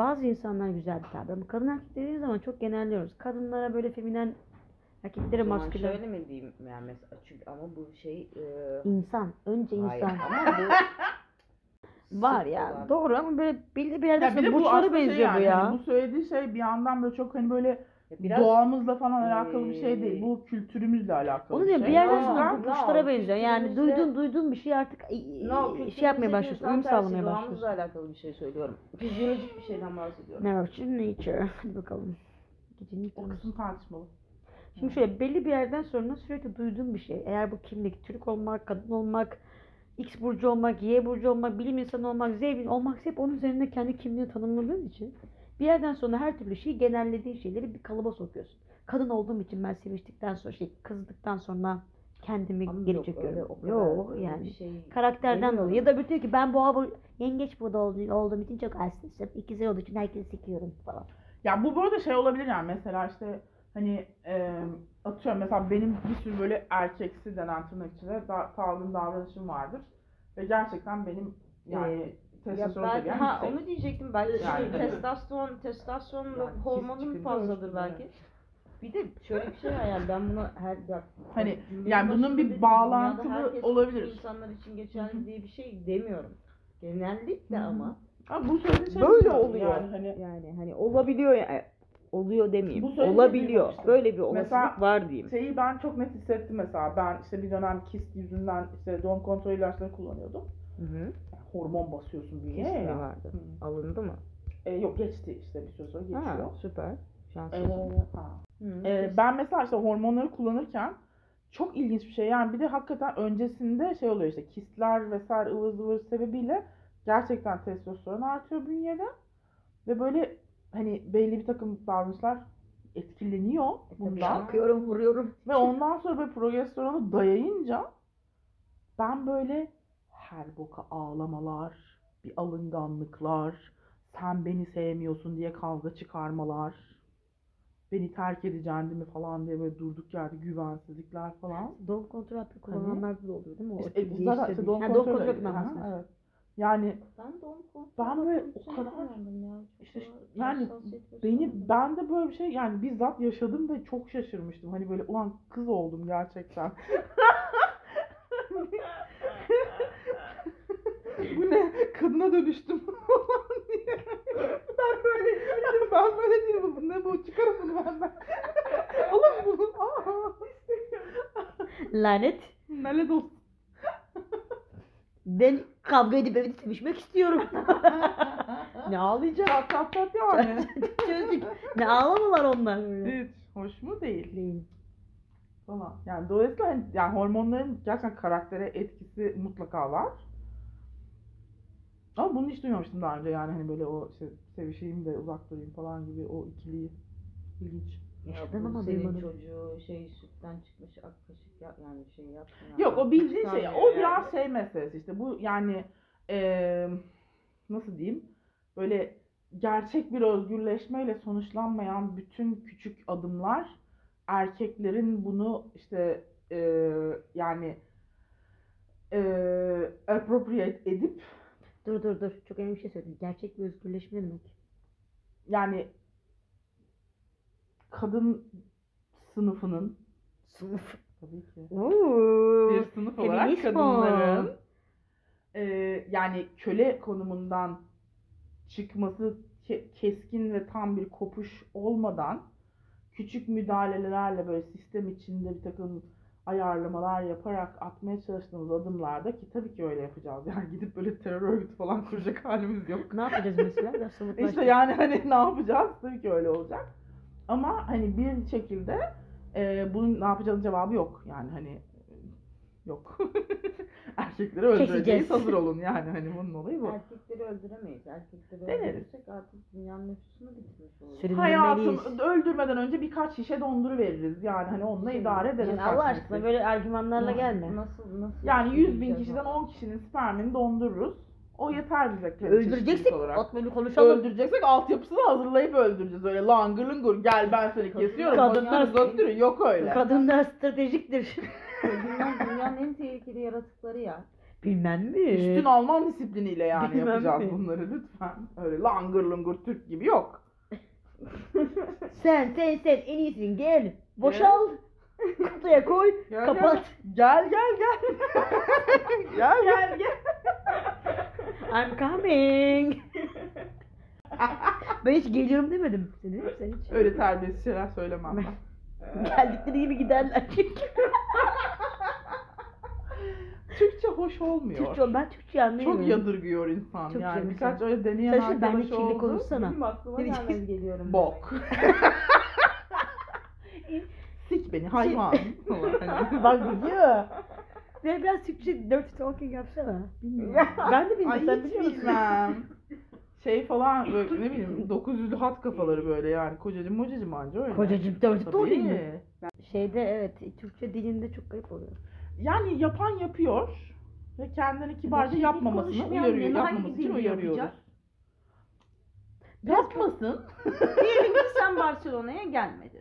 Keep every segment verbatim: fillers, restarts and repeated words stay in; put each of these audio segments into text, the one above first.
bazı insanlar güzel bir tabir ama kadın erkek dediğimiz zaman çok genelliyoruz. Kadınlara böyle feminen, erkeklere O zaman maskülen. şöyle mi diyeyim yani mesela çünkü ama bu şey e, İnsan. Önce hayır insan. ama bu Var sık ya olan- doğru ama böyle belli bir yerden Ya bir sonra de bu burçlara aslında şey benziyor bu yani, ya. hani bu söylediği şey bir yandan böyle çok hani böyle Ya biraz doğamızla falan alakalı bir şey eee, değil. Bu kültürümüzle alakalı Onu bir diyorum şey. bir yerden O sonra yüzden- bu No, burçlara benziyor. Yani kültürümüzle- duydun duyduğun bir şey artık No, e, şey yapmaya başlıyorsun. Uyum sağlamaya Doğamızla başlıyorsun. alakalı bir şey söylüyorum. Fizyolojik bir şeyden bahsediyorum. Nurture nature. Hadi bakalım. Gecenin o konusu. kısım tartışmalı. Şimdi şöyle belli bir yerden sonra sürekli duyduğun bir şey. Eğer bu kimlik, Türk olmak, kadın olmak, X burcu olmak, Y burcu olmak, bilim insanı olmak, Z bilim olmak hep onun üzerinde kendi kimliğini tanımladığın için bir yerden sonra her türlü şeyi genellediğin şeyleri bir kalıba sokuyorsun. Kadın olduğum için ben seviştikten sonra şey kızdıktan sonra kendimi Ama geri yok, öyle çekiyorum. o kadar Yok öyle yani. bir şey Karakterden demiyorum. dolayı. Ya da bir diyor ki ben boğa bur- yengeç burada olduğum, olduğum için çok hassasım. İkizler olduğu için herkesi sikiyorum falan. Ya bu böyle şey olabilir yani, mesela işte hani e, atıyorum mesela benim bir sürü böyle erkeksi denen tırnak içinde da, tavrım davranışım vardır. Ve gerçekten benim yani Ya testosteron belki seviyem ha yüksek. onu diyecektim belki Yani, şey, evet. testosteron testosteron Yani hormonun çıkınca fazladır ölçtüm, belki. evet. Bir de şöyle bir şey var yani ben buna her bak, Hani cümlenin yani bunun başında bir dedim, bağlantılı dünyada herkes olabilir. bütün insanlar için geçerli diye bir şey demiyorum. Genellikle Hı hı. ama Ama bu söylediğin şey böyle bilmiyorum oluyor. Yani hani Yani hani olabiliyor yani. Oluyor demeyeyim. Bu söylediğini Olabiliyor. duymamıştım. Böyle bir olasılık Mesela var diyeyim. şeyi ben çok net hissettim mesela. Ben işte bir dönem kist yüzünden işte doğum kontrol ilaçları kullanıyordum. Hı hı. Yani hormon basıyorsun Kist bünyeye mi ya. vardı? Hı. Alındı mı? E, yok geçti işte, bir süre sonra geçiyor. Ha, süper. E, Şanslısın. ha. Hı, E, kist. ben mesela işte hormonları kullanırken çok ilginç bir şey yani, bir de hakikaten öncesinde şey oluyor işte kistler vesaire ıvır zıvır sebebiyle gerçekten testosteron artıyor bünyede ve böyle hani belli bir takım davranışlar etkileniyor bundan. Çakıyorum, vuruyorum. Ve ondan sonra böyle progesteronu dayayınca ben böyle her boka ağlamalar, bir alınganlıklar, sen beni sevmiyorsun diye kavga çıkarmalar, beni terk edeceksin değil mi falan diye böyle durduk yerde güvensizlikler falan. Doğum kontrol hapı kullananlarda da oluyor değil mi? O İşte, etki e, zaten işte değiştirdiği. doğum Ha, doğum kontrolü kontrol öyle. hapından Aha, bahsediyorsun. evet. Yani Ben doğum kontrol ben böyle hapı o kadar kullandım ya. Çok işte da yani hassasiyet beni göstermedim. ben de böyle bir şey yani bizzat yaşadım ve çok şaşırmıştım. Hani böyle ulan kız oldum gerçekten. Bu ne? Kadına dönüştüm falan diye. Ben böyle değilim, ben böyle değilim. Bu ne bu? Çıkarın bunu benden. Oğlum bunu. Aa, Lanet. lanet olsun. Ben kavga edip evde sevişmek istiyorum. Ne ağlayacağım? Tat tat tat yani. Çözdük. Ne ağlamalar onlar öyle. Hiç hoş mu değil Değil. falan. Yani dolayısıyla hani, yani hormonların gerçekten karaktere etkisi mutlaka var. Ama bunu hiç duymamıştım daha önce yani, hani böyle o işte sevişeyim de uzak durayım falan gibi o ikiliyi. İlginç. Ya Yaşadım bu ama senin duymadım. çocuğu şey sütten çıkmış ak kaşık yap yani şey yapsın. Yok o bildiğin şey, Çıkarmıyor o biraz yani. şey meselesi işte bu yani eee, nasıl diyeyim, böyle gerçek bir özgürleşmeyle sonuçlanmayan bütün küçük adımlar erkeklerin bunu işte eee, yani eee appropriate edip Dur dur dur. Çok önemli bir şey söyledin. Gerçek bir özgürleşme ne demek? yani kadın sınıfının Sınıf. tabii ki Ooo. bir sınıf olarak feminist kadınların bu. eee, yani köle konumundan çıkması ke- keskin ve tam bir kopuş olmadan küçük müdahalelerle böyle sistem içinde bir takım ayarlamalar yaparak atmaya çalıştığımız adımlarda, ki tabii ki öyle yapacağız yani gidip böyle terör örgütü falan kuracak halimiz yok. Ne yapacağız mesela? Biraz somutlaştır. İşte yani hani ne yapacağız? Tabii ki öyle olacak. Ama hani bir şekilde e, bunun ne yapacağız cevabı yok. Yani hani e, yok. Erkekleri öldüreceğiz, Keseceğiz. hazır olun yani, hani bunun olayı bu. Erkekleri öldüremeyiz. Erkekleri Deneriz. öldürürsek artık dünyanın nüfusunu bitirmiş oluruz. Sürün- Hayatım Öldürmeliyiz. öldürmeden önce birkaç şişe donduru veririz yani, hani onunla Şey, idare ederiz. Yani kaç Allah metre. aşkına böyle argümanlarla Nasıl- gelme. Nasıl nasıl? Yani yüz bin öldüreceğiz kişiden onu? on kişinin spermini dondururuz. O yeter bize. Öldüreceksek çeşitlilik olarak. at böyle konuşalım. Öldüreceksek altyapısını hazırlayıp öldüreceğiz. Öyle langır lungur gel ben seni kesiyorum. Kadınlar- Kadınlar öldürün, yok öyle. Kadınlar stratejiktir. Kadınlar dünyanın en tehlikeli yaratıkları ya. Bilmem mi? Üstün Alman disipliniyle yani Bilmem yapacağız mi? bunları lütfen. Öyle langır lungur Türk gibi yok. Sen sen sen en iyisin gel. Boşal. Kutuya koy. Gel, kapat. Gel gel gel. gel gel gel. I'm coming. Ben hiç geliyorum demedim. Sen değil mi? Sen hiç. Öyle terbiyesiz şeyler söylemem ben. Geldikleri gibi giderler çünkü. Türkçe hoş olmuyor. Türkçe, ben Türkçe anlayamıyorum. Çok yadırgıyor insan Çok yani. güzel Birkaç insan. öyle deneyen Sen şimdi benimle arkadaş kirli oldu. konuşsana. Benim aklıma Ne gelmez diyeceksin? geliyorum. Bok. Sik beni hayvan. Falan. Bak biliyor. Ve biraz Türkçe dirty talking yapsana. Bilmiyorum. Ben de bilmiyorum. Ay Sen hiç biliyor musun? bilmem. Şey falan böyle ne bileyim dokuz yüzlü hat kafaları böyle yani kocacım mocacım anca öyle. Kocacığım dirty talking mi? Tabii. Şeyde evet Türkçe dilinde çok garip oluyor. Yani yapan yapıyor ve kendini kibarca Şimdi yapmamasını konuşmayan uyarıyor. biri hangi Yapmaması için dilde uyarıyoruz. yapacak? Yapmasın. Diyelim ki sen Barcelona'ya gelmedin.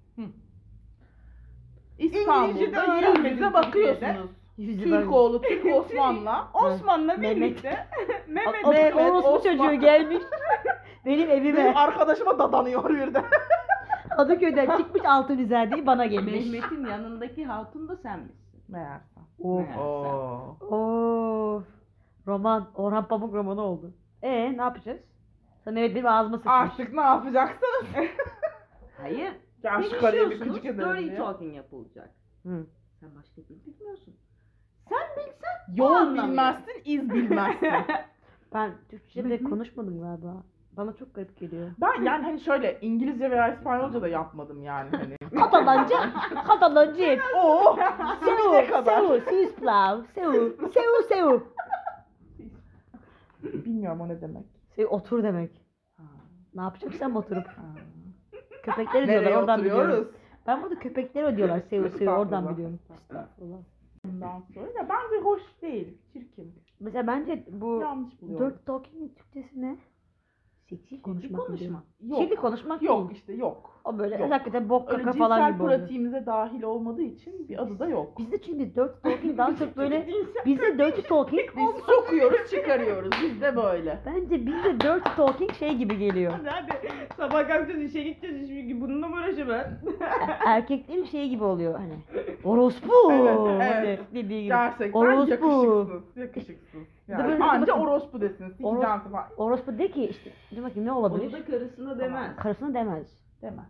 İstanbul'da İngilizce de yüz yüze bakıyorsunuz. Türk oğlu Türk Osman'la. Osman'la Mehmet. birlikte. Mehmet. O, Mehmet, orospu Osman. çocuğu gelmiş. Benim evime. Benim arkadaşıma dadanıyor birden. Kadıköy'den çıkmış altın izerdiği bana gelmiş. Mehmet'in yanındaki hatun da sen misin? Meğerse. Of. Meğerse. Oo. Of. Roman. Orhan Pamuk romanı oldu. E ne yapacağız? Sen evet benim ağzıma sıçmış. Artık ne yapacaksınız? Hayır. Gel şu karıya bir Konuşuyorsunuz, gıcık edelim story diye. talking yapılacak. Hı. Sen başka dil bilmiyorsun. Sen bilsen o Yol anlamıyor. bilmezsin, iz bilmezsin. Ben Türkçe'de Hı hı. konuşmadım galiba. Bana çok garip geliyor. Ben yani hani şöyle İngilizce veya İspanyolca da yapmadım yani hani. Katalanca, Katalanca. Oo, Seu, ne kadar? seu, sisplau, seu, seu, seu. Bilmiyorum o ne demek. Seu otur demek. Ha, Ne yapacaksan oturup. ha. Köpekleri diyorlar Nereye oradan oturuyoruz? biliyorum. Ben burada köpekleri diyorlar seu, seu oradan Estağfurullah. biliyorum. Estağfurullah. Ondan sonra ya bence hoş değil, çirkin. Mesela bence bu Yanlış buluyorum. dirty talking'in Türkçesi ne? Seksi konuşmak mı konuşma. diyorum? Yok. Kirli konuşmak Yok değil. işte yok. O böyle Yok. hakikaten bok Öyle kaka falan cinsel gibi oluyor. pratiğimize dahil olmadığı için bir adı da yok. Bizde çünkü dirty talking daha çok böyle bizde dirty talking Biz sokuyoruz, çıkarıyoruz. Bizde böyle. bence bizde dirty talking şey gibi geliyor. Hadi hadi. Sabah kalkacağız işe gideceğiz şimdi. Bununla mı uğraşayım ben? Erkeklerin şeyi gibi oluyor hani. Orospu. Evet, Hani evet. dediği gibi. Gerçekten Orospu. yakışıksız. Yakışıksız. Bir de Yani böyle anca bakın. orospu desin. Sikeceğim Oros- falan. Orospu de ki işte. Dur bakayım ne Onu olabilir? da karısına demez. Karısına demez. Demez.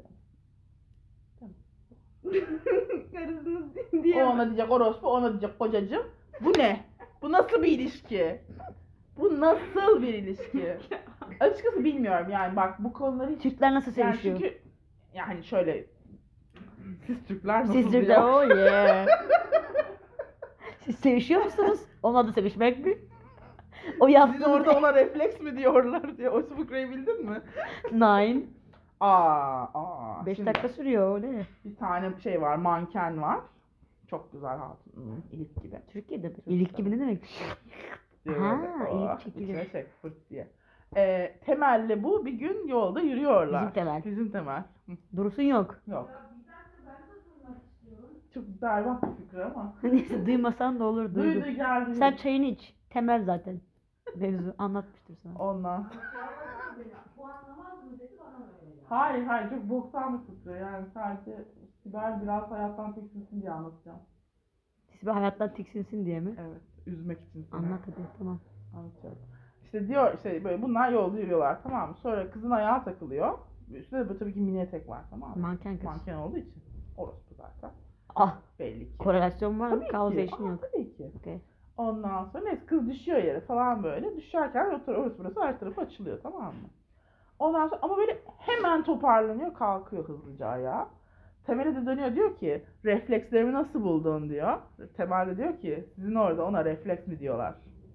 Karısına O diye. ona diyecek orospu, ona diyecek kocacığım. Bu ne? Bu nasıl bir ilişki? Bu nasıl bir ilişki? Açıkçası bilmiyorum yani bak bu konuları hiç... Türkler nasıl Yani sevişiyor? çünkü yani şöyle siz Türkler nasıl Siz Türkler diyor? oh yeah. Siz sevişiyor musunuz? Onun adı sevişmek mi? O Sizin yaptığınız orada ona refleks mi diyorlar diye o fıkrayı bildin mi? nine. Aa, aa. beş Şimdi dakika sürüyor o ne? bir tane şey var, manken var. Çok güzel hatun. Hmm, ilik gibi. Türkiye'de mi? İlik gibi ne demek? Diyor Ha, böyle, ilik oh, çekilir. içine çek fırt diye. Ee, Temel'le bu bir gün yolda yürüyorlar. Bizim Temel. Bizim Temel. Hı, Dursun yok. yok. Çok berbat bir fikir ama. Neyse duymasan da olur Duydu duydu. geldi. Sen çayını iç. Temel zaten. Mevzu anlatmıştır sana. Ondan. Hayır hayır çok boktan bir fıkra yani sadece Sibel biraz hayattan tiksinsin diye anlatacağım. Sibel hayattan tiksinsin diye mi? Evet üzmek için seni Anlat hadi tamam. anlatıyorum. İşte diyor işte böyle bunlar yolda yürüyorlar tamam mı? Sonra kızın ayağı takılıyor. Üstünde de böyle tabii ki mini etek var tamam mı? Manken kız. Manken olduğu için. Orospu zaten. Ah Belli ki. korelasyon var mı? Tabii Causation ki. Aa, yok. tabii ki. Okay. Ondan sonra neyse kız düşüyor yere falan böyle. Düşerken otur orası burası her tarafı açılıyor tamam mı? Ondan sonra ama böyle hemen toparlanıyor kalkıyor hızlıca ayağa. Temel'e de dönüyor diyor ki reflekslerimi nasıl buldun diyor. Temel de diyor ki sizin orada ona refleks mi diyorlar.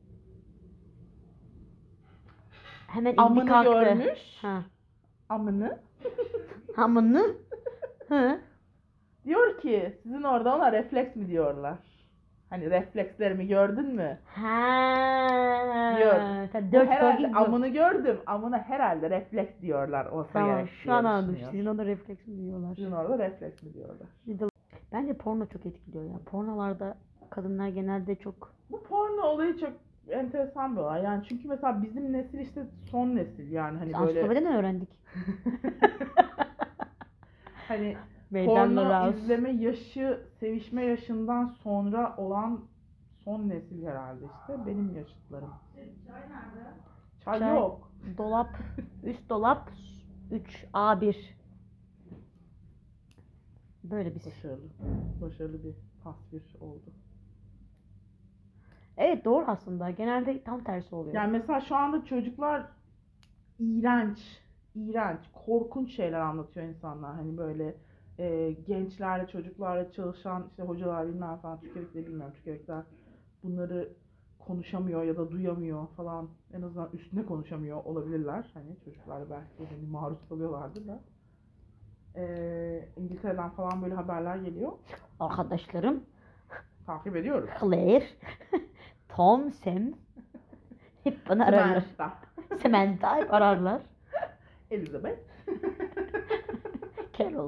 Hemen indi Amını kalktı. görmüş. Ha. Amını. Amını. Hı. Diyor ki sizin orada ona refleks mi diyorlar. Hani reflekslerimi gördün mü? Ha. Diyor. Sen Bu dört herhalde talking bu. amını gördüm. Amına herhalde refleks diyorlar olsa Tamam gerek şu diye an anladım. düşünüyor. Sizin ona refleks mi diyorlar? Sizin orada refleks mi diyorlar. Bence porno çok etkiliyor ya. Pornolarda kadınlar genelde çok Bu porno olayı çok enteresan bir olay. Yani çünkü mesela bizim nesil işte son nesil yani hani böyle Ansiklopediden öğrendik. hani Meydanlar porno House. izleme yaşı, sevişme yaşından sonra olan son nesil herhalde işte benim yaşıtlarım. Çay Çay. yok. Dolap, üst dolap üç A bir. Böyle bir şey. Başarılı. Başarılı bir tasvir oldu. Evet doğru aslında. Genelde tam tersi oluyor. Yani mesela şu anda çocuklar iğrenç, iğrenç, korkunç şeyler anlatıyor insanlar. Hani böyle e, gençlerle, çocuklarla çalışan işte hocalar bilmem falan, Türkiye'de bilmiyorum, Türkiye'dekiler bunları konuşamıyor ya da duyamıyor falan. En azından üstüne konuşamıyor olabilirler. Hani çocuklar belki hani maruz kalıyorlardır da. E, İngiltere'den falan böyle haberler geliyor. Arkadaşlarım Takip ediyoruz. Claire, Tom, Sam hep bana ararlar. Samantha, Samantha hep ararlar. Elizabeth. Carol.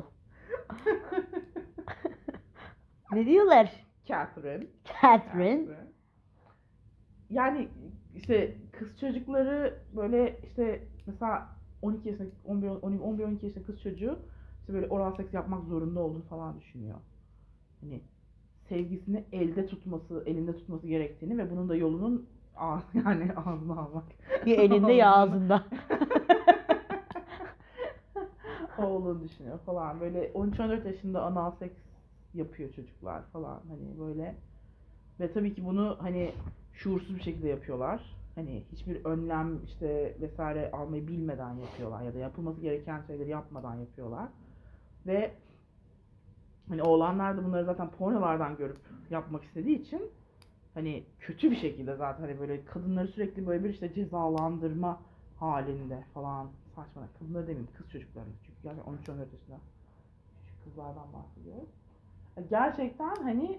Ne diyorlar? Catherine. Catherine. Yani işte kız çocukları böyle işte mesela on iki yaşındaki on bir on bir on iki yaşındaki kız çocuğu işte böyle oral seks yapmak zorunda olduğunu falan düşünüyor. Hani sevgisini elde tutması, elinde tutması gerektiğini ve bunun da yolunun ağ- yani ağzına almak. Ya elinde ya ağzında. O olduğunu düşünüyor falan. Böyle on üç on dört yaşında anal seks yapıyor çocuklar falan hani böyle. Ve tabii ki bunu hani şuursuz bir şekilde yapıyorlar. Hani hiçbir önlem işte vesaire almayı bilmeden yapıyorlar ya da yapılması gereken şeyleri yapmadan yapıyorlar. Ve hani oğlanlar da bunları zaten pornolardan görüp yapmak istediği için hani kötü bir şekilde zaten hani böyle kadınları sürekli böyle bir işte cezalandırma halinde falan saçma. Kadınları demeyeyim, kız çocuklarını. Çünkü yani on üç on dört yaşında küçük kızlardan bahsediyoruz. Gerçekten hani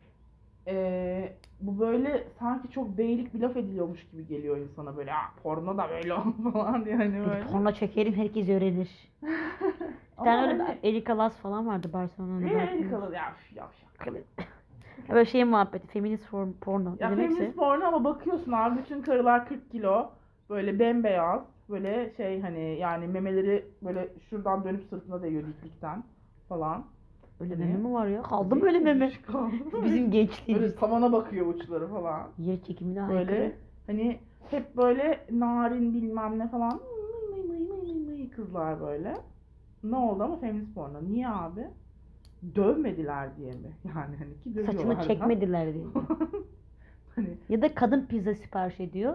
Ee, bu böyle sanki çok beylik bir laf ediliyormuş gibi geliyor insana böyle ah porno da böyle olur falan diye hani Hadi böyle. porno çekerim herkes öğrenir. Bir Ama tane öyle hani Erika Last falan vardı Barcelona'da. ne belki. Amerikalı ya üf, yavşak. Böyle şey muhabbeti, feminist form, porno. Ya Ne demekse. feminist porno ama bakıyorsun abi bütün karılar kırk kilo böyle bembeyaz böyle şey hani yani memeleri böyle şuradan dönüp sırtına değiyor diklikten falan. Öyle Hani- meme mi var ya? Kaldım öyle meme. Kaldım. Bizim Böyle gençliğimiz. tavana bakıyor uçları falan. Yer çekimine Böyle aykırı. hani hep böyle narin bilmem ne falan mıy mıy mıy mıy mıy kızlar böyle. Ne oldu ama feminist porno. Niye abi? Dövmediler diye mi? Yani hani ki dövüyorlar. Saçını da. çekmediler diye. Hani Ya da kadın pizza sipariş ediyor.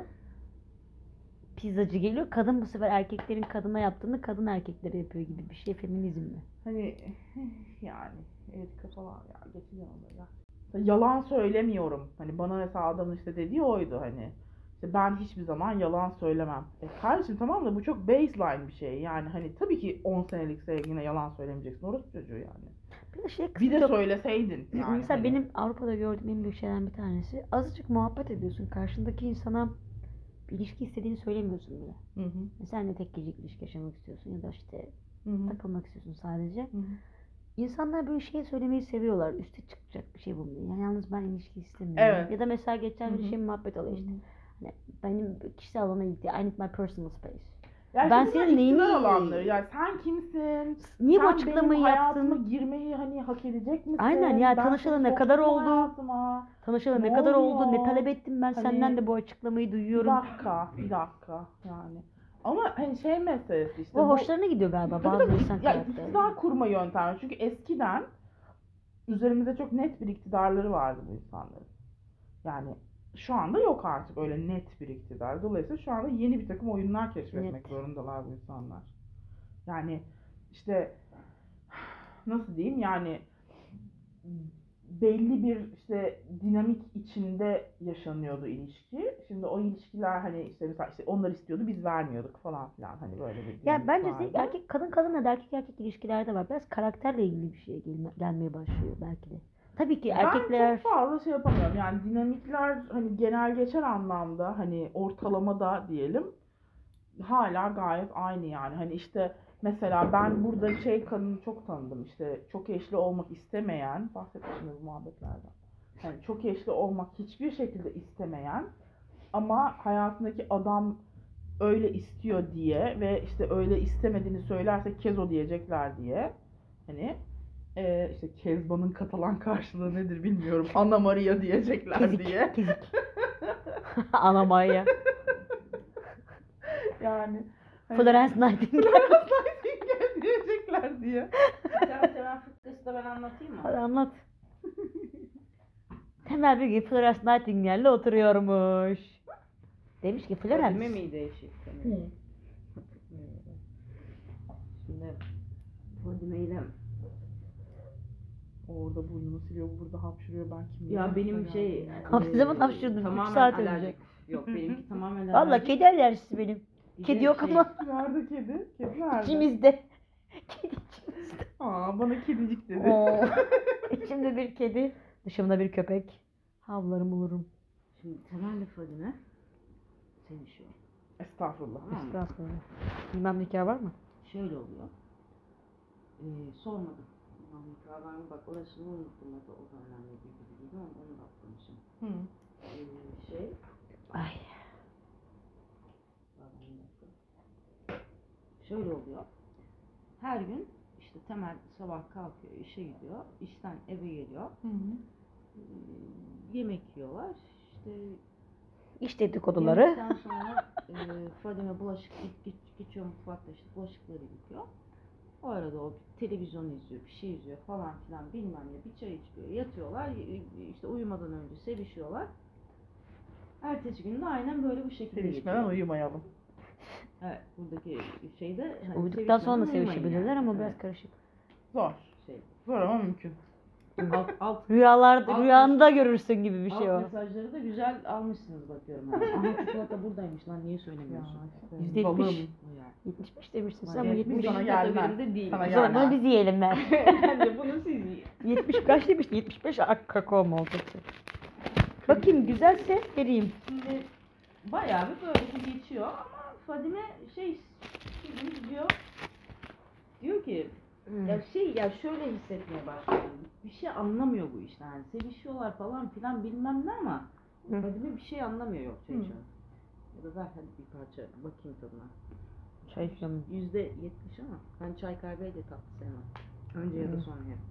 Pizzacı geliyor. Kadın bu sefer erkeklerin kadına yaptığını kadın erkeklere yapıyor gibi bir şey. Feminizm mi? hani yani Erika falan ya geçeceğim onları ya. Yalan söylemiyorum. Hani bana mesela adamın işte dediği oydu hani. İşte ben hiçbir zaman yalan söylemem. E kardeşim tamam da bu çok baseline bir şey. Yani hani tabii ki on senelik sevgiline yalan söylemeyeceksin. Orası çocuğu yani. Bir de şey Bir de çok... söyleseydin yani. Mesela hani. benim Avrupa'da gördüğüm en büyük şeylerden bir tanesi. Azıcık muhabbet ediyorsun. Karşındaki insana bir ilişki istediğini söylemiyorsun bile. Hı hı. Mesela ne tek gecelik ilişki yaşamak istiyorsun ya da işte Hı hı. takılmak istiyorsun sadece. Hı hı. İnsanlar böyle şey söylemeyi seviyorlar. Üste çıkacak bir şey bulmayı. Yani yalnız ben ilişki istemiyorum. Evet. Ya da mesela geçen Hı bir hı. şey muhabbet oluyor işte. Hı hı. Hani benim kişisel alana gitti. I need my personal space. Yani Ben ben senin senin neyini- iktidar alanları. Yani sen kimsin? Niye bu sen açıklamayı benim hayatıma yaptın? girmeyi hani hak edecek misin? Aynen ya, Ben tanışalı seni ne kadar soktum oldu? hayatıma. Tanışalı ne Ne kadar oldu? Ne oluyor? talep ettim ben Hani- senden de bu açıklamayı Bir duyuyorum. dakika, bir dakika yani. Ama hani şey meselesi işte Bu bu. hoşlarına gidiyor galiba Tabii bazı tabii, insan ya karakterleri. iktidar kurma yöntemi. Çünkü eskiden üzerimizde çok net bir iktidarları vardı bu insanların. Yani şu anda yok artık öyle net bir iktidar. Dolayısıyla şu anda yeni bir takım oyunlar keşfetmek Net. zorundalar bu insanlar. Yani işte nasıl diyeyim yani belli bir işte dinamik içinde yaşanıyordu ilişki. Şimdi o ilişkiler hani işte mesela işte onlar istiyordu biz vermiyorduk falan filan hani böyle bir Ya dinamik bence vardı. erkek kadın kadınla da erkek erkek ilişkilerde var. Biraz karakterle ilgili bir şeye gelme, gelmeye başlıyor belki de. Tabii ki erkekler... Ben çok fazla şey yapamıyorum. Yani dinamikler hani genel geçer anlamda hani ortalamada diyelim hala gayet aynı yani. Hani işte mesela ben burada şey kadını çok tanıdım işte çok eşli olmak istemeyen bahsetmişim bu muhabbetlerden. Yani çok eşli olmak hiçbir şekilde istemeyen ama hayatındaki adam öyle istiyor diye ve işte öyle istemediğini söylerse Kezo diyecekler diye. Hani e, işte Kezban'ın Katalan karşılığı nedir bilmiyorum. Ana Maria diyecekler Kezik, diye. kezik. Ana Maya. Yani hani- Florence Nightingale. Florence Nightingale diyecekler diye. Temel temel fıkrası da ben anlatayım mı? Hadi anlat. Temel bir gün Florence Nightingale'le oturuyormuş. Demiş ki Fadime Florence. miydi eşi? Hı. Şimdi Fadime ile Orada burnunu siliyor, burada hapşırıyor. Ben kim ya bilir benim nasıl şey yani. Abi ne zaman eee, hapşırdın? Üç tamamen saat önce. alerjik. Yok benimki tamamen Valla alerjik. kedi alerjisi benim. Bir Kedi de yok şey, ama Nerede kedi? Kedi nerede? içimizde. Kedi içimizde. Aa, bana kedicik dedi. Oo. İçimde bir kedi, dışımda bir köpek. Havlarım bulurum. Şimdi Temel'le Fadime sevişiyor. Estağfurullah. Tamam mı? Estağfurullah. Bilmem nikah var mı? Şöyle oluyor. Ee, sormadım. Tamam, nikah var mı? Bak orasını unuttum. O da, o da önemli bir bilgiydi ama onu da atlamışım. Hı. Ee, şey. Ay. Pardon, bir dakika. Şöyle oluyor. Her gün işte Temel sabah kalkıyor, işe gidiyor. İşten eve geliyor. Hı hı. Ee, yemek yiyorlar. İşte İş dedikoduları. yemekten sonra e, Fadime bulaşık git, git, geçiyor mutfakta işte bulaşıkları yıkıyor. O arada o televizyon izliyor, bir şey izliyor falan filan bilmem ne, bir çay içiyor, yatıyorlar, işte uyumadan önce sevişiyorlar. Ertesi gün de aynen böyle bu şekilde Sevişmeden geçiyor. uyumayalım. Evet, buradaki şeyde hani Uyuduktan sonra da sevişmeden uyumayın sevişebilirler yani. ama Evet, biraz karışık. Zor. şey. Zor ama mümkün. Alt, alt, Rüyalarda, Alt- rüyanda görürsün gibi bir şey alt o. mesajları da güzel almışsınız bakıyorum. Yani. Aha çikolata buradaymış lan niye Ya söylemiyorsun? işte. Yüzde Balım. yetmiş. O yani. yetmiş beş demişsin sen Ama ama yetmiş yetmiş. sana benim gelmez. kategorimde değil. Sana O zaman gelmez. bunu biz yiyelim ben. Bence bunu siz yiyin. yetmiş kaç demiştin? yetmiş beş ak kakao mu olacaktı? Bakayım güzelse vereyim. Şimdi bayağı bir böyle bir geçiyor ama Fadime şey şimdi diyor diyor ki ya şey ya şöyle hissetmeye başlıyorum. Bir şey anlamıyor bu işten. Yani sevişiyorlar falan filan bilmem ne ama Hı. Fadime bir şey anlamıyor yok çay Hı. içiyorum. Ya da ver hadi bir parça bakayım tadına. Çay içiyorum. Yüzde yetmiş ama ben çay kahveyi de tatlı sevmem. Önce ya da Hı. sonra yap.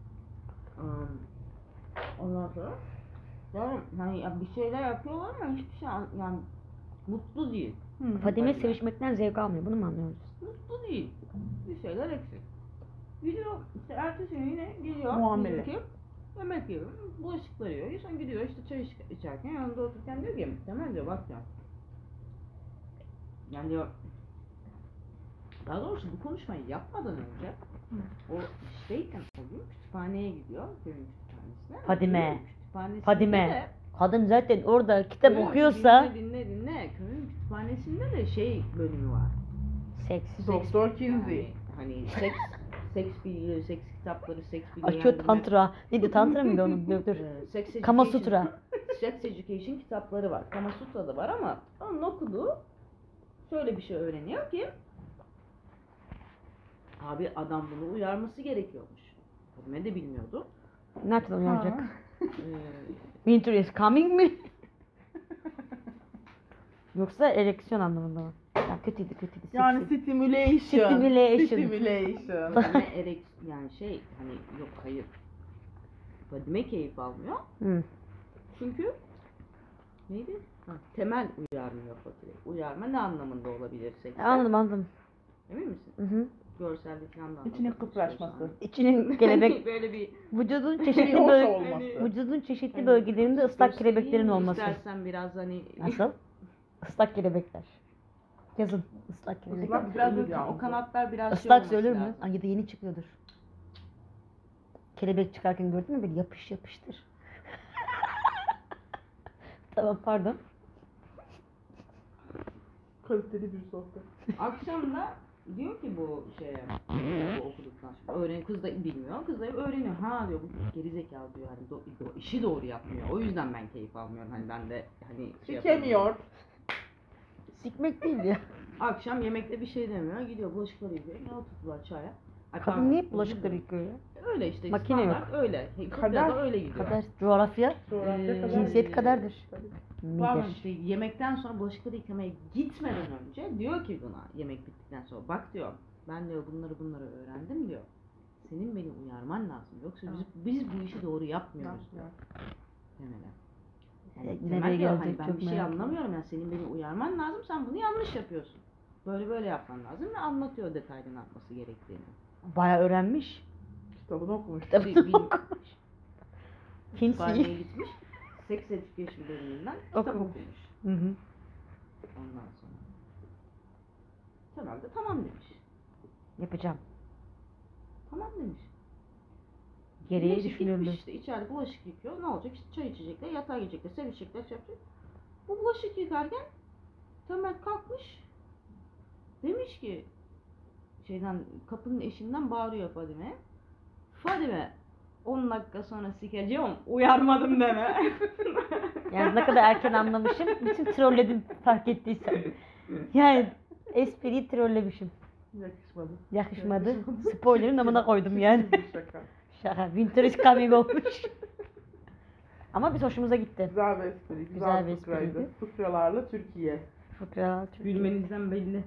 Um, ondan sonra yani hani ya bir şeyler yapıyorlar ama hiçbir şey an- yani mutlu değil. Hı. Fadime Fadime. sevişmekten zevk almıyor. Bunu mu anlıyoruz? Mutlu değil. Bir şeyler eksik. Gidiyor işte ertesi gün yine geliyor. Muamele. diyor ki, yemek yiyor. Bulaşıkları yiyor. Sonra gidiyor işte çay iç- içerken yanında otururken diyor ki Temel diyor bak diyor. Yani diyor daha doğrusu bu konuşmayı yapmadan önce o işteyken o gün kütüphaneye gidiyor. Köyün kütüphanesine. Fadime. Köyün kütüphanesinde Fadime. de- Kadın zaten orada kitap Köyün- okuyorsa Dinle dinle dinle. Köyün kütüphanesinde de şey bölümü var. seks. Doktor Kinsey. Yani, hani seks, seks bilgileri, seks kitapları, seks Açıyor bilgilendirme. tantra. Neydi tantra mıydı onun? Dur dur. Ee, sex education, Kama Sutra. Sex education kitapları var. Kama Sutra'da var ama onun okuduğu şöyle bir şey öğreniyor ki abi adam bunu uyarması gerekiyormuş. Fadime de bilmiyordu. Nereden uyanacak? Ha. Ee, Winter is coming mi? Yoksa ereksiyon anlamında mı? Ya kötüydü kötüydü. Yani seksi. stimulation. Stimulation. Yani Stimulation. Fadime erek yani şey hani yok hayır. Fadime keyif almıyor. Hı. Çünkü neydi? Ha, temel uyarmıyor Fatih. Uyarma ne anlamında olabilir sekste? Anladım anladım. Emin misin? Hı hı. Görselde falan da İçinin anlatmak kıpraşması. istiyorsan. İçinin kelebek, Böyle bir vücudun Bir çeşitli hoş böl olması. vücudun çeşitli hani bölgelerinde ıslak göstereyim kelebeklerin mi olması. İstersen biraz hani Nasıl? Islak kelebekler. Yazın ıslak kelebekler. Islak biraz Ölür böyle yani o bu. kanatlar biraz şey Islak olması ölür mü? lazım. Ay ya da yeni çıkıyordur. Kelebek çıkarken gördün mü böyle yapış yapıştır. Tamam pardon. Kaliteli bir sohbet. Akşam da diyor ki bu şeye bu okuduktan sonra öğren kız da bilmiyor. Kız da öğreniyor. Ha diyor bu gerizekalı diyor hani do, do, işi doğru yapmıyor. O yüzden ben keyif almıyorum. Hani ben de hani şey yapamıyorum. Sikemiyor. Sikmek değil ya. Akşam yemekte bir şey demiyor. Gidiyor bulaşıkları yıkıyor. Ne oturttular çaya. Ay, Kadın pardon, niye özür bulaşıkları dilerim. yıkıyor ya? Öyle işte Makine standart yok. öyle. Kader- Kader öyle gidiyor. Kader, coğrafya, Coğrafya Ee, kadar cinsiyet iyi. kaderdir. Tabii. Pardon Midir. işte yemekten sonra bulaşıkları yıkamaya gitmeden önce diyor ki buna yemek bittikten sonra bak diyor ben diyor bunları bunları öğrendim diyor. Senin beni uyarman lazım. Yoksa biz, biz bu işi doğru yapmıyoruz diyor. Temele. Yani E, Temel nereye diyor, gelecek hani ben çok bir şey merak ediyorum. anlamıyorum yani senin beni uyarman lazım sen bunu yanlış yapıyorsun. Böyle böyle yapman lazım ve anlatıyor detaylı ne yapması gerektiğini. Bayağı öğrenmiş. Kitabını okumuş. Tabii. Bir, bir Kimseyi. kütüphaneye gitmiş. Sex Education bölümünden kitap Okumuş. okumuş. Hı hı. Ondan sonra. Temel de tamam demiş. Yapacağım. Tamam demiş. Gereği Neyse, düşünüldü. gitmiş işte içeride bulaşık yıkıyor. Ne olacak? İşte çay içecekler, yatağa girecekler, sevişecekler, şey yapacak. Bu bulaşık yıkarken Temel kalkmış. Demiş ki şeyden kapının eşiğinden bağırıyor Fadime'ye. Fadime on dakika sonra sikeceğim uyarmadım deme. Yani ne kadar erken anlamışım. Bütün trolledim fark ettiysen. Yani espriyi trollemişim. Yakışmadı. Yakışmadı. Yakışmadı. Spoiler'ın amına koydum yani. Şaka. Şaka. Winter is coming olmuş. Ama biz hoşumuza gitti. Güzel bir espri. Güzel, Güzel bir bir fıkraydı. espriydi. Fıkralarla Türkiye. Fıkra. Türkiye. Gülmenizden belli.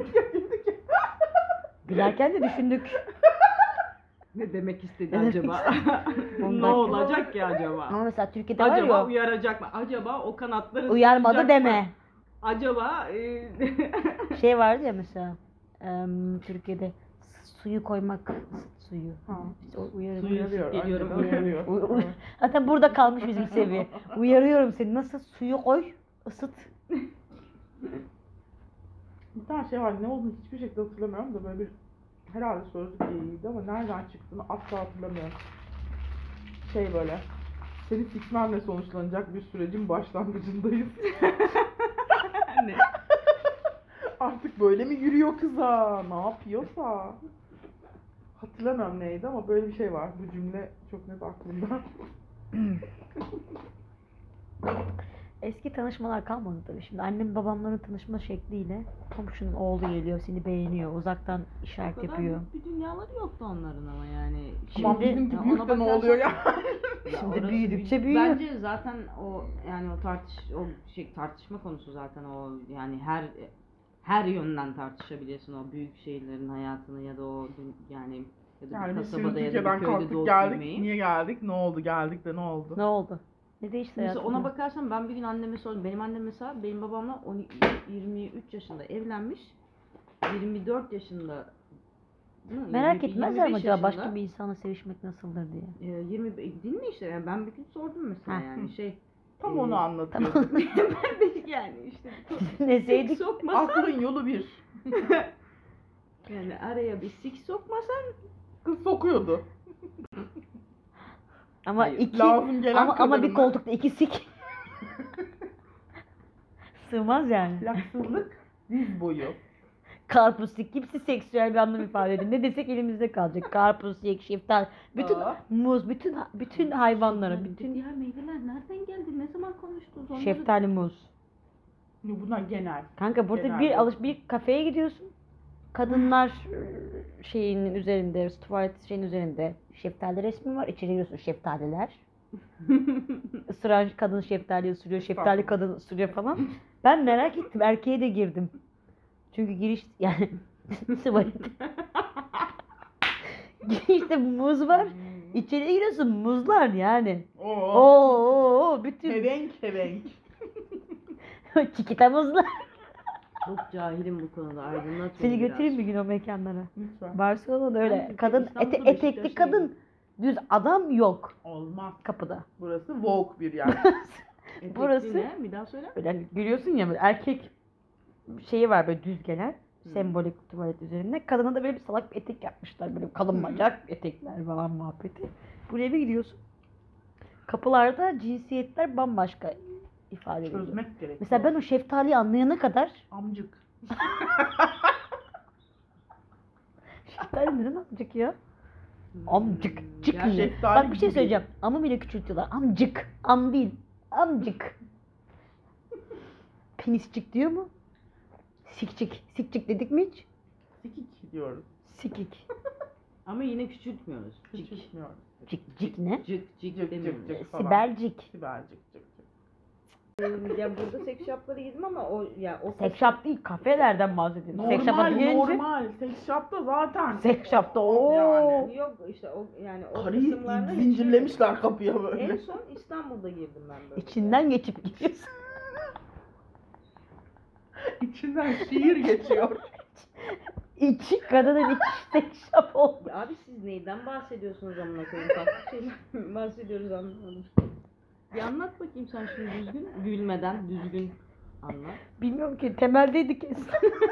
Gülerken de düşündük. Ne demek istedi Evet. acaba? On Ne dakika. olacak ki acaba? Ama mesela Türkiye'de var Acaba ya uyaracak mı? Acaba o kanatları uyarmadı sıkacak deme. mı? Acaba e, Şey vardı ya mesela em, Türkiye'de suyu koymak suyu. Ha. İşte o uyarı. Suyu Uyarıyor. geliyorum. önceden Uyarıyor. Uy- uy- Zaten burada kalmış bizim seviye. Uyarıyorum seni. Nasıl suyu koy, ısıt. Bir tane şey var. Ne olduğunu hiçbir şekilde hatırlamıyorum da böyle bir herhalde sözlük geyiydi ama nereden çıktığını asla hatırlamıyorum. Şey böyle. Seni sikmenle sonuçlanacak bir sürecin başlangıcındayız. ne? Artık böyle mi yürüyor kıza? Ne yapıyorsa? Hatırlamıyorum neydi ama böyle bir şey var. Bu cümle çok net aklımda. Eski tanışmalar kalmadı tabii. Şimdi annem babamların tanışma şekliyle komşunun oğlu geliyor, seni beğeniyor, uzaktan O işaret kadar yapıyor. büyük bir dünyaları yoktu onların ama yani. Ama Şimdi- bizimki Ya büyük ona de ne bakarsan- oluyor ya? Ya Şimdi orası büyüdükçe büyük- büyüyor. Bence zaten o yani o tartış o şey tartışma konusu zaten o yani her her yönden tartışabilirsin o büyük şehirlerin hayatını ya da o dün- yani ya da Yani bir biz şimdi kasabada ya da Türkiye'den bir köyde kalktık doğup geldik. büyümeyi. Niye geldik? Ne oldu? Geldik de ne oldu? Ne oldu? Ne değişti Mesela hayatında? ona bakarsan ben bir gün anneme sordum. Benim annem mesela benim babamla on, yirmi üç yaşında evlenmiş. yirmi dört yaşında değil mi? Merak yirmi- etmezler mi yirmi beş acaba başka yaşında, bir insanla sevişmek nasıldır diye. e, yirmi dinle işte yani ben bir gün sordum mesela Ha. yani şey Tam e, onu anlatıyor. Tamam. ben de yani işte Ne sik sevdik? sokmasan Aklın yolu bir. yani araya bir sik sokmasan Kız sokuyordu. Ama Hayır. iki Lazım gelen ama, ama bir kadarını. koltukta iki sik. Sığmaz yani. Laksızlık diz boyu. Karpuz sik hepsi seksüel bir anlam ifade ediyor. Ne desek elimizde kalacak. Karpuz sik, şeftali, bütün Aa. muz, bütün bütün hayvanlara, Yani bütün diğer meyveler nereden geldi? Ne zaman konuştunuz onları? şeftali, muz. Bunlar genel. Kanka burada Genelde. bir alış bir kafeye gidiyorsun. Kadınlar e, şeyinin üzerinde, tuvalet şeyin üzerinde şeftali resmi var. İçeri giriyorsun şeftaliler. Isıran kadın şeftali ısırıyor, şeftali kadın ısırıyor falan. Ben merak ettim. Erkeğe de girdim. Çünkü giriş yani tuvalet. Girişte muz var. İçeri giriyorsun muzlar yani. Oo. Oo, oo bütün Hevenk hevenk. çikita muzlar. Çok cahilim bu konuda aydınlat Seni beni götüreyim bir biraz. gün o mekanlara. Lütfen. Barcelona'da öyle. Ben Kadın İstanbul'da ete- etekli Beşiktaş'tayım. kadın, düz adam yok Olmaz. kapıda. Burası woke bir yer. Etekli Burası- ne? Bir daha söyle. Böyle hani görüyorsun ya böyle erkek şeyi var böyle düz gelen. Hmm. Sembolik tuvalet üzerinde. Kadına da böyle bir salak bir etek yapmışlar. Böyle kalın bacak etekler falan muhabbeti. Buraya bir gidiyorsun. Kapılarda cinsiyetler bambaşka ifade ediyor. Çözmek gerek. Mesela ben o şeftaliyi anlayana kadar Amcık. şeftali neden amcık ya? Hmm, Amcık. Cık gerçi- mı? şeftali Bak bir şey gibi. söyleyeceğim. Amı bile küçültüyorlar. Amcık. Am değil. Amcık. Peniscik diyor mu? Sikcik. Sikcik dedik mi hiç? Sikik diyoruz. Sikik. Ama yine küçültmüyoruz. Hiç Cik. içmiyorum. Cik cik ne? Cık cık Cık, demiyoruz. cık, cık. Falan. Sibelcik. Sibelcik cık cık. Ya burada seks shop'lara girdim ama o ya o Sex shop değil, kafelerden bahsediyorum. Sex shop'a Normal girince- normal. Sex shop'ta zaten. Sex shop'ta ooo. Yani. yok işte o yani o Karıyı kısımlarına hiç zincirlemişler kapıya girmedim. En böyle. son İstanbul'da girdim ben böyle. İçinden geçip gidiyorsun. İçinden şiir geçiyor. İçi kadının içi sex shop oldu. Ya abi siz neyden bahsediyorsunuz amına koyayım? Farklı şeyler bahsediyoruz anlamadım. Bir anlat bakayım sen şimdi düzgün, gülmeden düzgün anlat. Bilmiyorum ki, temeldeydik kesin.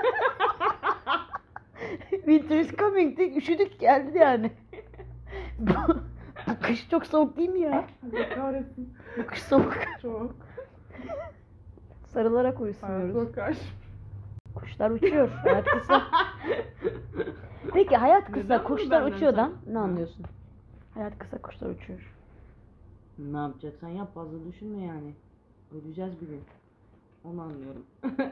Winter is coming diye üşüdük geldi yani. bu, bu kış çok soğuk değil mi ya? Allah kahretsin. Bu kış soğuk. Çok. Sarılarak Hayat uyusunuyoruz. zor karşı. Kuşlar uçuyor. Hayat kısa. Peki hayat kısa, Neden bunu kuşlar benden uçuyordan sakladın? ne anlıyorsun? Hayat kısa, kuşlar uçuyor. Ne yapacaksan yap, fazla düşünme yani. Öleceğiz bir gün. Onu anlıyorum.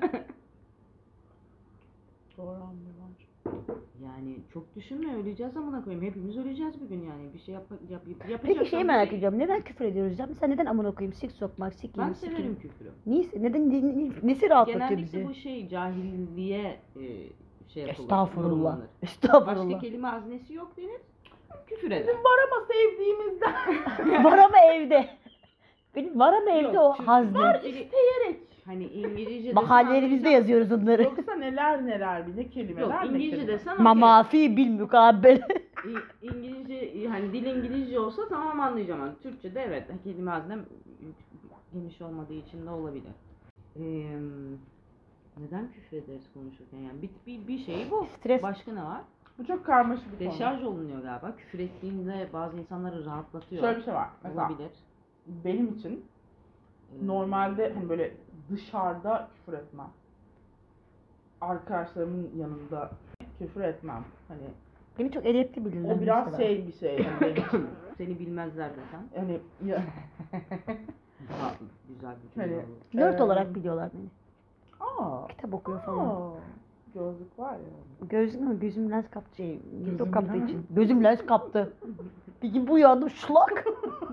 Doğru anlıyorum. Yani çok düşünme, öleceğiz amına koyayım. Hepimiz öleceğiz bir gün yani. Bir şey yap, yap, yapacaksan Peki şeyi bir merak şey- ediyorum. Neden küfür ediyoruz ya? Mesela neden amına koyayım, sik sokmak, sik Ben yiyeyim, severim sikeyim? küfürü. Neyse, neden, ne, ne- nesi rahatlatıyor Genellikle bizi? bu şey cahilliğe e, şey yapılır. Estağfurullah. yorumlanır. Başka Estağfurullah. kelime haznesi yok denir. Küfür eder. Var ama sevdiğimizden. Var ama evde. Benim var ama evde Yok, o çünkü hazne. var İsteyerek. Hani İngilizce Mahallelerimizde yazıyoruz onları. Yoksa neler neler bir de kelimeler Yok ne İngilizce kelime. desen okey. Mamafi bil mukabele. İ- İngilizce hani dil İngilizce olsa tamam anlayacağım ama Türkçe'de evet kelime haznem geniş olmadığı için de olabilir. Ee, neden küfür ederiz konuşurken yani bir, bir, bir şey bu. Stres. Başka ne var? Bu çok karmaşık bir konu. Deşarj olunuyor galiba. Küfür ettiğinde bazı insanları rahatlatıyor. Şöyle bir şey var. Mesela Olabilir. benim için Ee, normalde hani böyle dışarıda küfür etmem. Arkadaşlarımın yanında küfür etmem. Hani Beni çok edepli bilirler o biraz mesela. şey bir şey. Yani benim için. seni bilmezler desen. Hani ya, Daha güzel bir cümle Hani- olur. Flört Ee, olarak biliyorlar beni. aa, Kitap okuyor falan. aa, gözlük var ya. Gözüm ama gözüm lens kaptı şey. Gözüm Gözüm kaptığı lens. için. Gözüm lens kaptı. Bir gün bu uyandım şlak.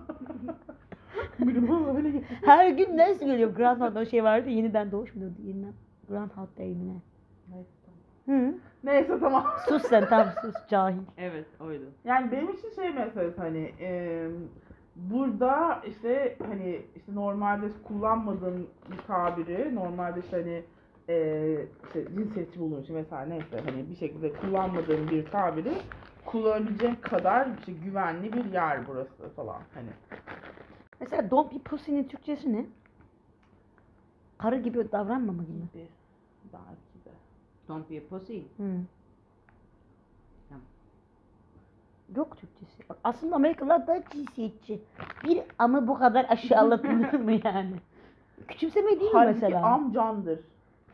Benim bu öyle geçti. Her gün lens geliyor. Groundhog o şey vardı ya, yeniden doğuş mu diyordu? Yeniden. Groundhog Day mi ne? Neyse, tamam. Hı. Neyse tamam. Sus sen, tamam sus cahil. Evet oydu. Yani benim için şey meselesi hani e, burada işte hani işte normalde kullanmadığım bir tabiri normalde işte hani e, işte cinsiyetçi bulunduğum için mesela neyse hani bir şekilde kullanmadığım bir tabiri kullanabileceğim kadar işte güvenli bir yer burası falan hani. Mesela don't be pussy'nin Türkçesi ne? Karı gibi davranmama gibi. Bir belki de. Don't be a pussy. Hı. Tamam. Yok Türkçesi. Bak aslında Amerikalılar da cinsiyetçi. Bir ama bu kadar aşağılatılır mı yani? Küçümseme değil mi Halbuki mesela? amcandır.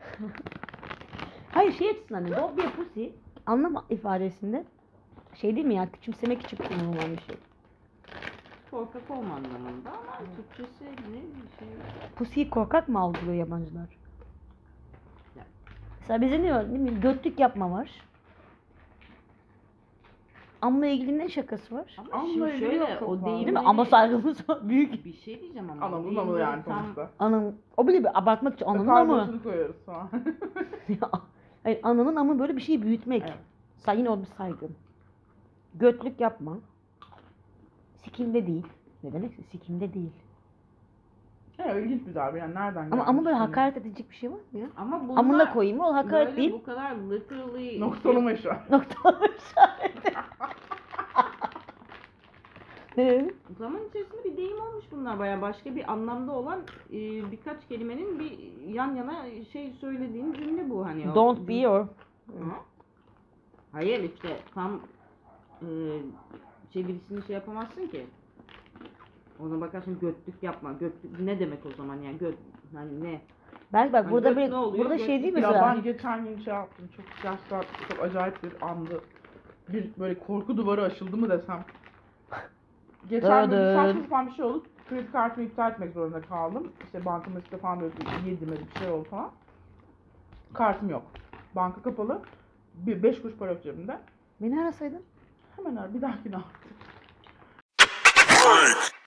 Hayır şey açısından hani don't be a pussy anlam ifadesinde şey değil mi ya, küçümsemek için kullanılan bir şey. Korkak olma anlamında ama Türkçesi ne bir şey. Pussy'yi korkak mı algılıyor yabancılar? Ya. Mesela bize ne var değil mi? Götlük yapma var. Amma ilgili ne şakası var? Ama Ama şimdi ilgili şöyle yok çok o fazla. Değil mi? deyimleri... Ama saygımız var. Büyük. Bir şey diyeceğim ama. Anamın o amı yani deyimleri tam- sonuçta. Anam, o bile bir abartmak için ananın amı. Kargosunu koyuyoruz falan. Hayır, ananın amı böyle bir şeyi büyütmek. Evet. Say yine o bir saygı. Götlük yapma. Sikimde değil. Ne demekse sikimde değil. Evet ilginç bir darbe yani nereden Ama gelmiş ama böyle hani? hakaret edecek bir şey var mı ya? Ama bunlar Amına koyayım o hakaret böyle değil. bu kadar literally Noktalama şu an. Noktalama işareti. Evet. zaman içerisinde bir deyim olmuş bunlar bayağı başka bir anlamda olan e, birkaç kelimenin bir yan yana şey söylediğin cümle bu hani. o- Don't be or. Hı? Hayır işte tam e, çevirisini şey yapamazsın ki. Ona bakarsın götlük yapma. Götlük ne demek o zaman yani göt hani ne? Belki bak Hani burada göt bir ne oluyor? burada Göt- şey değil mi Ya mesela? ben geçen gün şey yaptım çok gerçekten çok acayip bir andı. Bir böyle korku duvarı aşıldı mı desem. Geçen gün bir saçma sapan bir şey oldu. Kredi kartımı iptal etmek zorunda kaldım. İşte bankamatikte falan böyle bir yedim bir şey oldu falan. Kartım yok. Banka kapalı. Bir beş kuruş para yok cebimde. Beni arasaydın. Hemen ara bir dahakine artık.